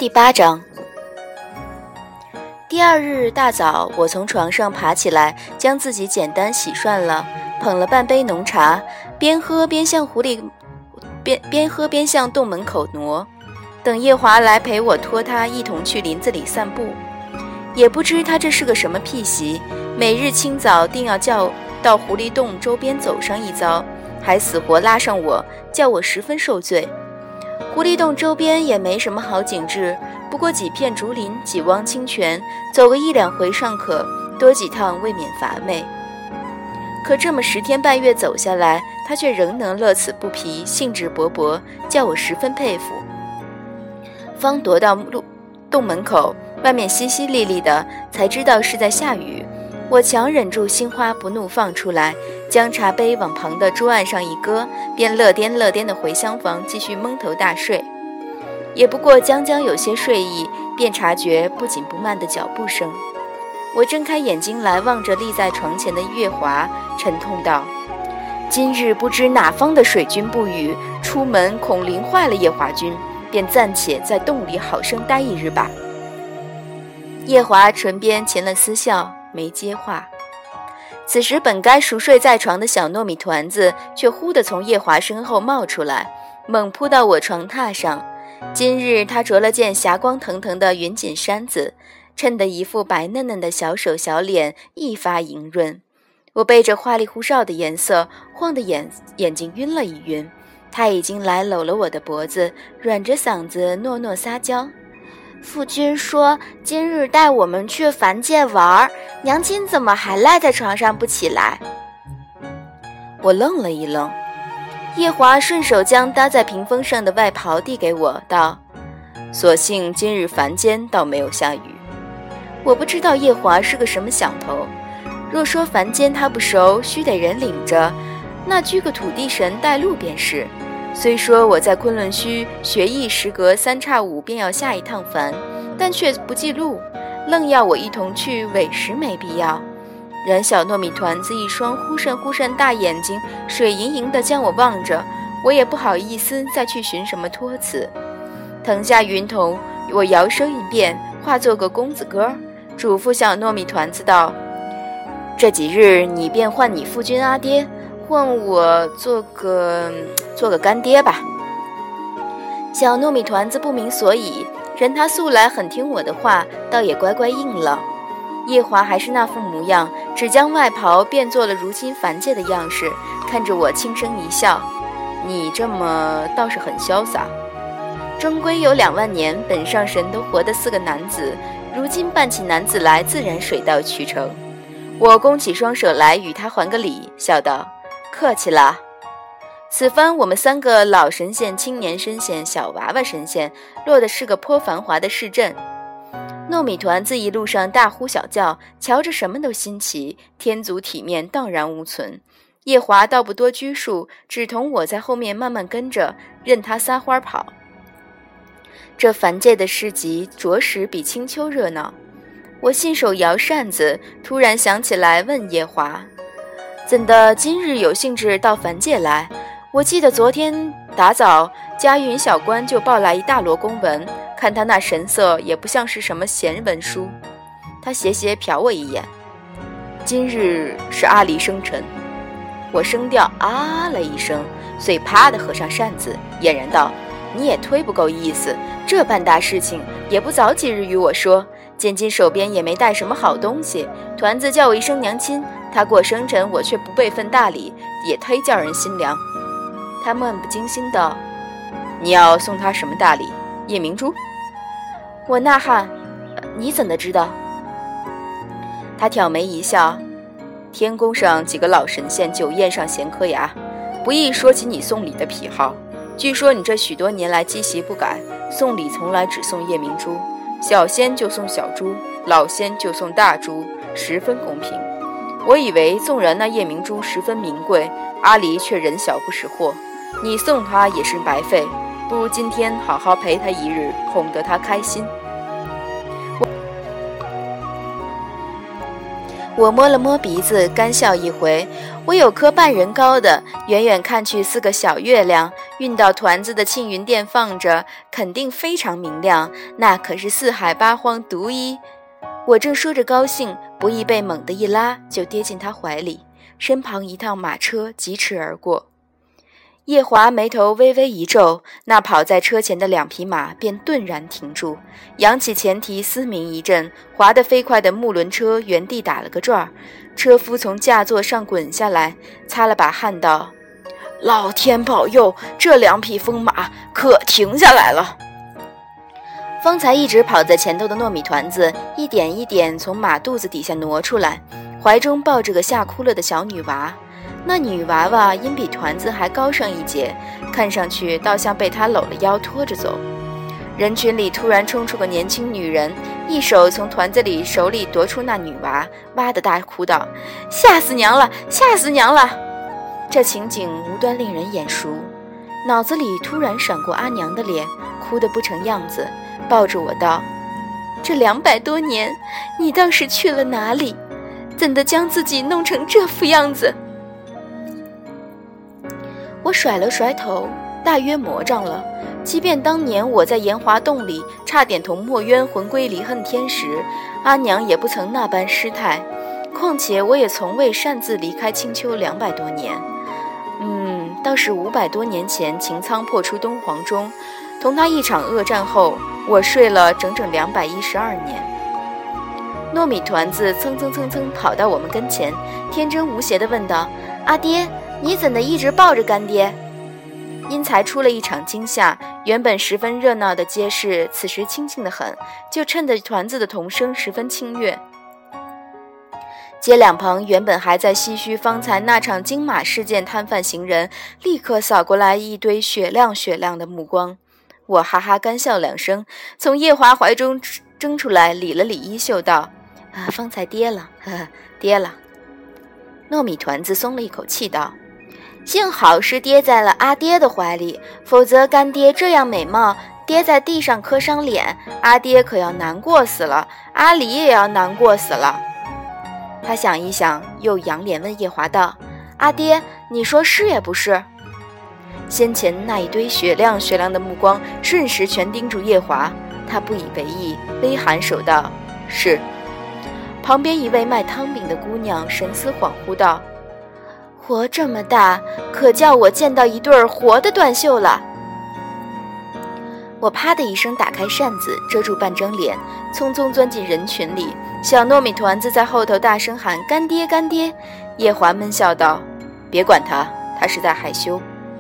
第8章。第2日大早，我从床上爬起来，将自己简单洗涮了，捧了半杯浓茶，边喝边向洞门口挪，等叶华来陪我拖他一同去林子里散步。也不知他这是个什么屁习，每日清早定要叫到狐狸洞周边走上一遭，还死活拉上我，叫我十分受罪。狐狸洞周边也没什么好景致，不过几片竹林，几汪清泉，走个1、2回尚可，多几趟未免乏味。可这么10天半月走下来，他却仍能乐此不疲，兴致勃勃，叫我十分佩服。方踱到洞门口，外面淅淅沥沥的，才知道是在下雨。我强忍住心花不怒放出来，将茶杯往旁的桌案上一搁，便乐颠乐颠地回厢房继续蒙头大睡。也不过将有些睡意，便察觉不紧不慢的脚步声。我睁开眼睛来，望着立在床前的月华，沉痛道：今日不知哪方的水军不语，出门恐淋坏了夜华君，便暂且在洞里好生待1日吧。夜华唇边噙了丝笑，没接话。此时本该熟睡在床的小糯米团子却忽地从夜华身后冒出来，猛扑到我床榻上。今日他着了件霞光腾腾的云锦衫子，衬得一副白嫩嫩的小手小脸一发莹润。我被这花里胡哨的颜色晃得眼睛晕了一晕，他已经来搂了我的脖子，软着嗓子糯糯撒娇：父君说今日带我们去凡界玩，娘亲怎么还赖在床上不起来？我愣了一愣。夜华顺手将搭在屏风上的外袍递给我，道：所幸今日凡间倒没有下雨。我不知道夜华是个什么想头，若说凡间他不熟，须得人领着，那居个土地神带路便是。虽说我在昆仑虚学艺时隔3差5便要下一趟凡，但却不记路，愣要我一同去，委实没必要。然小糯米团子一双忽闪忽闪大眼睛水盈盈地将我望着，我也不好意思再去寻什么托词。腾下云头，我摇身一变，化作个公子哥，嘱咐小糯米团子道：这几日你便唤你父君阿爹，换我做个干爹吧。小糯米团子不明所以，人他素来很听我的话，倒也乖乖应了。夜华还是那副模样，只将外袍变做了如今凡界的样式，看着我轻声一笑：你这么倒是很潇洒。终归有2万年，本上神都活得4个男子，如今扮起男子来，自然水到渠成。我弓起双手来与他还个礼，笑道：客气了。此番我们3个老神仙、青年神仙、小娃娃神仙，落的是个颇繁华的市镇。糯米团子一路上大呼小叫，瞧着什么都新奇，天足体面，荡然无存。夜华倒不多拘束，只同我在后面慢慢跟着，任他撒欢跑。这凡界的市集着实比青丘热闹。我信手摇扇子，突然想起来问夜华：怎的今日有兴致到凡界来？我记得昨天打早嘉云小官就报来一大摞公文，看他那神色也不像是什么闲文书。他斜斜瞟我一眼：今日是阿离生辰。我声调啊了一声，遂啪地合上扇子，俨然道：你也忒不够意思，这般大事情也不早几日与我说，见今手边也没带什么好东西，团子叫我一声娘亲，他过生辰我却不备份大礼，也忒叫人心凉。他漫不经心道：你要送他什么大礼？夜明珠？我呐喊：你怎的知道？他挑眉一笑：天宫上几个老神仙酒宴上闲磕牙，不易说起你送礼的癖好。据说你这许多年来积习不改，送礼从来只送夜明珠，小仙就送小珠，老仙就送大珠，十分公平。我以为纵然那夜明珠十分名贵，阿离却人小不识货，你送他也是白费，不如今天好好陪他1日，哄得他开心。 我摸了摸鼻子，干笑一回。我有颗半人高的，远远看去4个小月亮，运到团子的庆云殿放着，肯定非常明亮，那可是四海八荒独一。我正说着高兴，不意被猛地一拉，就跌进他怀里，身旁一趟马车疾驰而过。叶华眉头微微一皱，那跑在车前的2匹马便顿然停住，扬起前蹄嘶鸣一阵，滑得飞快的木轮车原地打了个转，车夫从驾座上滚下来，擦了把汗道：老天保佑，这2匹疯马可停下来了。方才一直跑在前头的糯米团子一点一点从马肚子底下挪出来，怀中抱着个吓哭了的小女娃。那女娃娃因比团子还高上一截，看上去倒像被他搂了腰拖着走。人群里突然冲出个年轻女人，一手从团子里手里夺出那女娃，哇的大哭道：吓死娘了，吓死娘了！这情景无端令人眼熟，脑子里突然闪过阿娘的脸，哭得不成样子，抱着我道：这200多年你倒是去了哪里？怎的将自己弄成这副样子？我甩了甩头，大约魔障了。即便当年我在炎华洞里差点同墨渊魂归离恨天时，阿娘也不曾那般失态。况且我也从未擅自离开青丘200多年。倒是500多年前擎苍破出东皇钟，同他一场恶战后，我睡了整整212年。糯米团子蹭蹭蹭蹭跑到我们跟前，天真无邪地问道：阿爹，你怎的一直抱着干爹？因才出了一场惊吓，原本十分热闹的街市此时清静得很，就趁着团子的童声十分清悦。街两旁原本还在唏嘘方才那场金马事件摊贩行人，立刻扫过来一堆雪亮雪亮的目光。我哈哈干笑2声，从叶华怀中挣出来，理了理衣袖道：方才跌了，呵呵，跌了。糯米团子松了一口气道：幸好是跌在了阿爹的怀里，否则干爹这样美貌，跌在地上磕伤脸，阿爹可要难过死了，阿离也要难过死了。他想一想，又仰脸问叶华道：阿爹，你说是也不是？先前那一堆雪亮雪亮的目光瞬时全盯住叶华，他不以为意，微颔首道：是。旁边一位卖汤饼的姑娘神思恍惚道：活这么大，可叫我见到一对活的断袖了。我啪的一声打开扇子，遮住半张脸，匆匆钻进人群里。小糯米团子在后头大声喊：干爹干爹！叶华闷笑道：别管他，他是在害羞。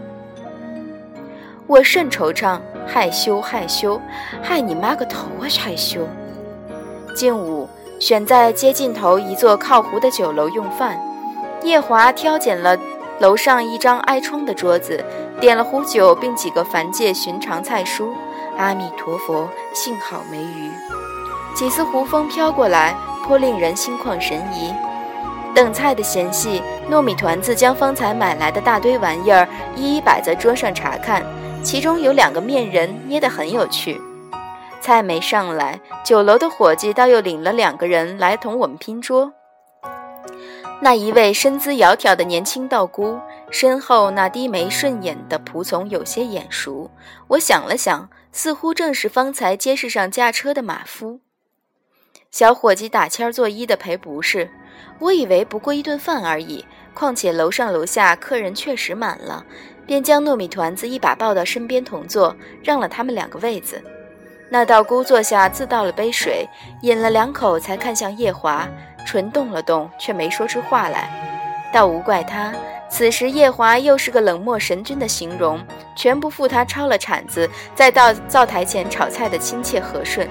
我甚惆怅，害羞害羞，害你妈个头啊，害羞。近午选在街尽头一座靠湖的酒楼用饭，叶华挑拣了楼上一张挨窗的桌子，点了壶酒并几个凡界寻常菜蔬。阿弥陀佛，幸好没鱼。几丝湖风飘过来，颇令人心旷神怡。等菜的闲隙，糯米团子将方才买来的大堆玩意儿一一摆在桌上查看，其中有2个面人捏得很有趣。菜没上来，酒楼的伙计倒又领了2个人来同我们拼桌。那一位身姿窈窕的年轻道姑，身后那低眉顺眼的仆从有些眼熟，我想了想，似乎正是方才街市上驾车的马夫。小伙计打签作揖的赔不是，我以为不过一顿饭而已，况且楼上楼下客人确实满了，便将糯米团子一把抱到身边同坐，让了他们2个位子。那道姑坐下自倒了杯水，饮了2口才看向叶华，唇动了动，却没说出话来。倒无怪他，此时叶华又是个冷漠神君的形容，全不负他抄了铲子再到灶台前炒菜的亲切和顺。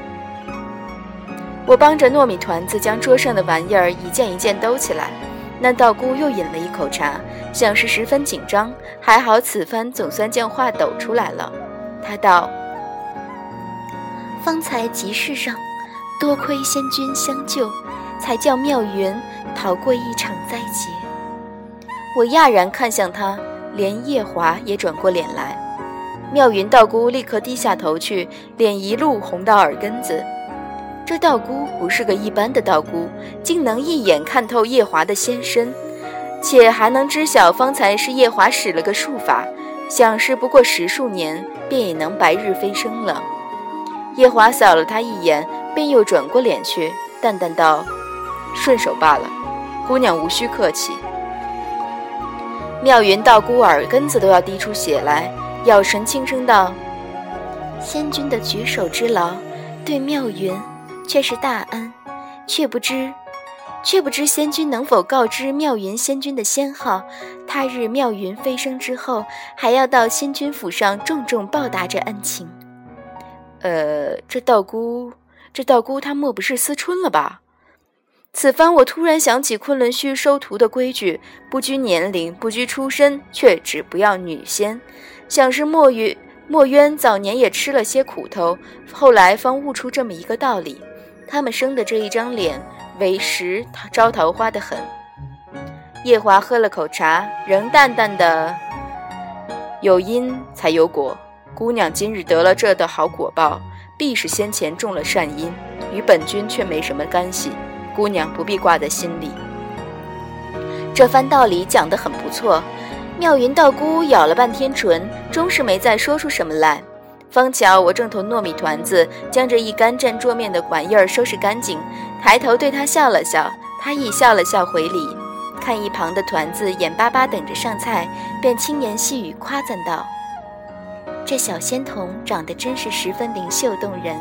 我帮着糯米团子将桌上的玩意儿一件一件兜起来，那道姑又饮了一口茶，像是十分紧张，还好此番总算将话抖出来了。他道：方才集市上多亏仙君相救，才叫妙云逃过一场灾劫。我讶然看向他，连叶华也转过脸来。妙云道姑立刻低下头去，脸一路红到耳根子。 这道姑不是个一般的道姑，竟能一眼看透夜华的仙身，且还能知晓方才是夜华使了个术法，想是不过10数年便也能白日飞升了。夜华扫了他一眼，便又转过脸去，淡淡道：顺手罢了，姑娘无需客气。妙云道姑耳根子都要滴出血来，咬唇轻声道：仙君的举手之劳，对妙云却是大恩，却不知仙君能否告知妙云仙君的仙号，他日妙云飞升之后，还要到仙君府上重重报答这恩情。这道姑她莫不是思春了吧？此番我突然想起昆仑虚收徒的规矩，不拘年龄，不拘出身，却只不要女仙。想是墨渊早年也吃了些苦头，后来方悟出这么一个道理。他们生的这一张脸，为实招桃花的很。夜华喝了口茶，仍淡淡的：有因才有果，姑娘今日得了这的好果报，必是先前种了善因，与本君却没什么干系，姑娘不必挂在心里。这番道理讲得很不错，妙云道姑咬了半天唇，终是没再说出什么来。方巧我正同糯米团子将这一干占桌面的玩意儿收拾干净，抬头对他笑了笑，他亦笑了笑回礼。看一旁的团子眼巴巴等着上菜，便轻言细语夸赞道：这小仙童长得真是十分灵秀动人。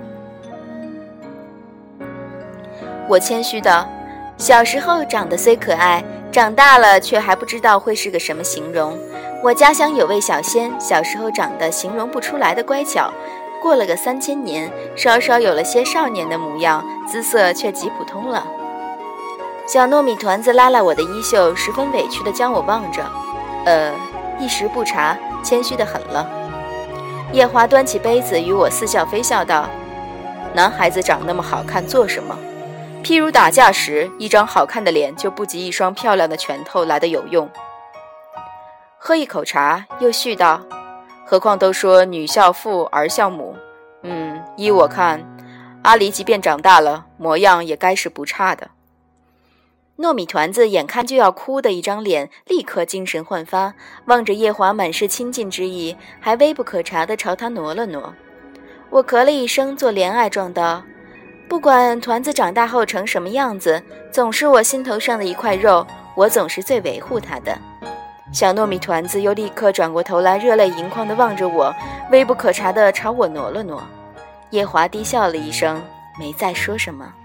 我谦虚道：小时候长得虽可爱，长大了却还不知道会是个什么形容。我家乡有位小仙，小时候长得形容不出来的乖巧，过了个3000年，稍稍有了些少年的模样，姿色却极普通了。小糯米团子拉拉我的衣袖，十分委屈地将我望着。一时不察，谦虚得很了。夜华端起杯子与我似笑非笑道：男孩子长那么好看做什么？譬如打架时，一张好看的脸就不及一双漂亮的拳头来得有用。喝一口茶，又续道：何况都说女孝父，儿孝母。依我看，阿离即便长大了，模样也该是不差的。糯米团子眼看就要哭的一张脸立刻精神焕发，望着夜华满是亲近之意，还微不可察地朝他挪了挪。我咳了一声，做怜爱状道：不管团子长大后成什么样子，总是我心头上的一块肉，我总是最维护他的。小糯米团子又立刻转过头来，热泪盈眶地望着我，微不可察地朝我挪了挪。夜华低笑了一声，没再说什么。